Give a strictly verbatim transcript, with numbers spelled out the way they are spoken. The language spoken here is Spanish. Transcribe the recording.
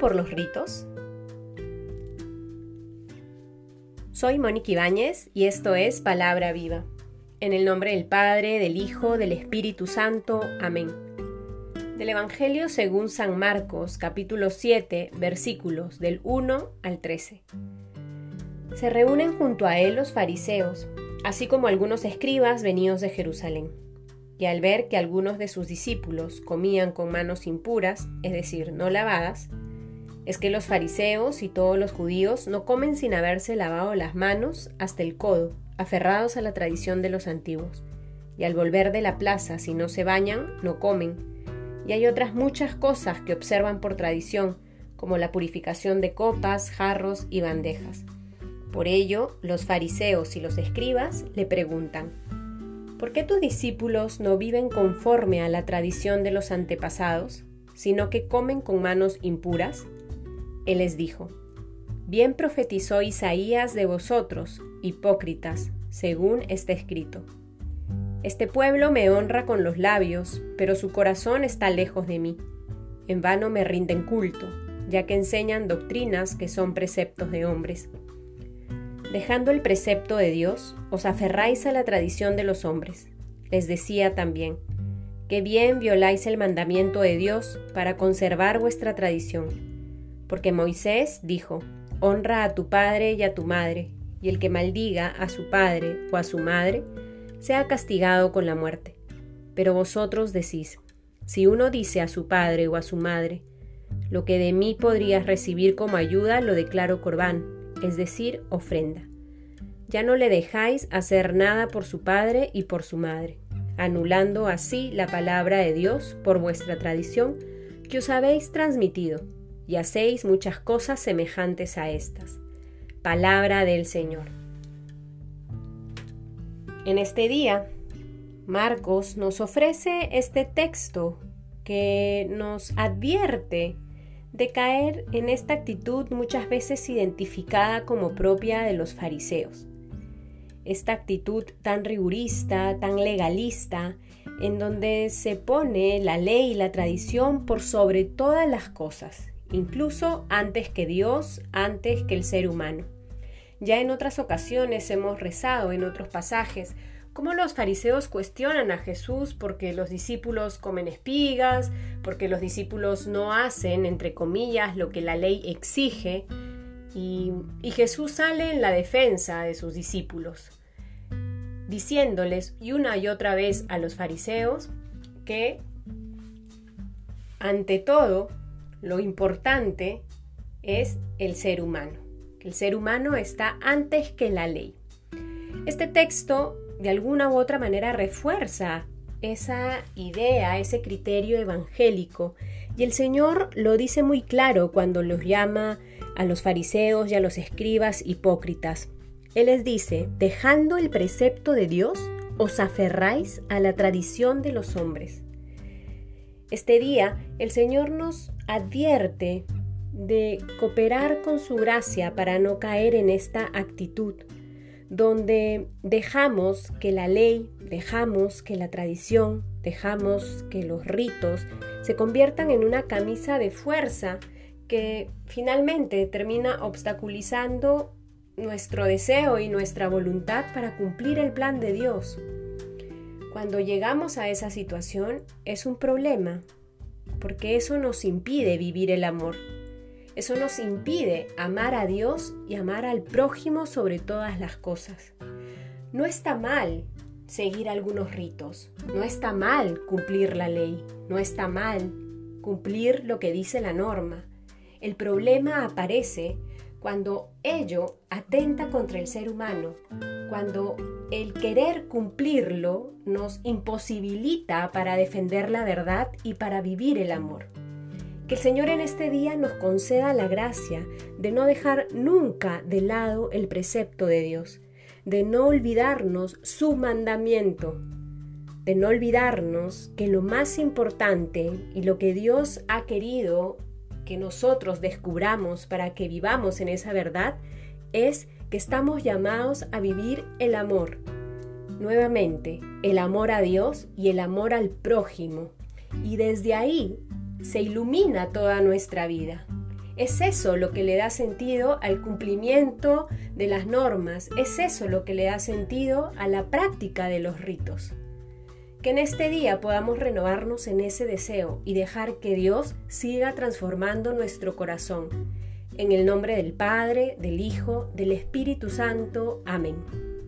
por los ritos? Soy Mónica Ibáñez y esto es Palabra Viva. En el nombre del Padre, del Hijo, del Espíritu Santo. Amén. Del Evangelio según San Marcos, capítulo siete, versículos del uno al trece. Se reúnen junto a él los fariseos, así como algunos escribas venidos de Jerusalén. Y al ver que algunos de sus discípulos comían con manos impuras, es decir, no lavadas, es que los fariseos y todos los judíos no comen sin haberse lavado las manos hasta el codo, aferrados a la tradición de los antiguos. Y al volver de la plaza, si no se bañan, no comen. Y hay otras muchas cosas que observan por tradición, como la purificación de copas, jarros y bandejas. Por ello, los fariseos y los escribas le preguntan: ¿por qué tus discípulos no viven conforme a la tradición de los antepasados, sino que comen con manos impuras? Él les dijo: bien profetizó Isaías de vosotros, hipócritas, según está escrito. Este pueblo me honra con los labios, pero su corazón está lejos de mí. En vano me rinden culto, ya que enseñan doctrinas que son preceptos de hombres. Dejando el precepto de Dios, os aferráis a la tradición de los hombres. Les decía también: qué bien violáis el mandamiento de Dios para conservar vuestra tradición. Porque Moisés dijo: honra a tu padre y a tu madre, y el que maldiga a su padre o a su madre, sea castigado con la muerte. Pero vosotros decís: si uno dice a su padre o a su madre, lo que de mí podrías recibir como ayuda lo declaro corbán, es decir, ofrenda. Ya no le dejáis hacer nada por su padre y por su madre, anulando así la palabra de Dios por vuestra tradición que os habéis transmitido, y hacéis muchas cosas semejantes a estas. Palabra del Señor. En este día, Marcos nos ofrece este texto que nos advierte de caer en esta actitud muchas veces identificada como propia de los fariseos. Esta actitud tan rigurista, tan legalista, en donde se pone la ley y la tradición por sobre todas las cosas, incluso antes que Dios, antes que el ser humano. Ya en otras ocasiones hemos rezado en otros pasajes cómo los fariseos cuestionan a Jesús porque los discípulos comen espigas, porque los discípulos no hacen, entre comillas, lo que la ley exige, y, y Jesús sale en la defensa de sus discípulos, diciéndoles y una y otra vez a los fariseos que, ante todo, lo importante es el ser humano, que el ser humano está antes que la ley. Este texto de alguna u otra manera refuerza esa idea, ese criterio evangélico, y el Señor lo dice muy claro cuando los llama a los fariseos y a los escribas hipócritas. Él les dice: dejando el precepto de Dios, os aferráis a la tradición de los hombres. Este día el Señor nos advierte de cooperar con su gracia para no caer en esta actitud, donde dejamos que la ley, dejamos que la tradición, dejamos que los ritos se conviertan en una camisa de fuerza que finalmente termina obstaculizando nuestro deseo y nuestra voluntad para cumplir el plan de Dios. Cuando llegamos a esa situación es un problema, porque eso nos impide vivir el amor. Eso nos impide amar a Dios y amar al prójimo sobre todas las cosas. No está mal seguir algunos ritos, no está mal cumplir la ley, no está mal cumplir lo que dice la norma. El problema aparece cuando ello atenta contra el ser humano, cuando el querer cumplirlo nos imposibilita para defender la verdad y para vivir el amor. Que el Señor en este día nos conceda la gracia de no dejar nunca de lado el precepto de Dios, de no olvidarnos su mandamiento, de no olvidarnos que lo más importante y lo que Dios ha querido que nosotros descubramos para que vivamos en esa verdad es que estamos llamados a vivir el amor. Nuevamente, el amor a Dios y el amor al prójimo. Y desde ahí se ilumina toda nuestra vida. Es eso lo que le da sentido al cumplimiento de las normas, es eso lo que le da sentido a la práctica de los ritos. Que en este día podamos renovarnos en ese deseo y dejar que Dios siga transformando nuestro corazón. En el nombre del Padre, del Hijo, del Espíritu Santo. Amén.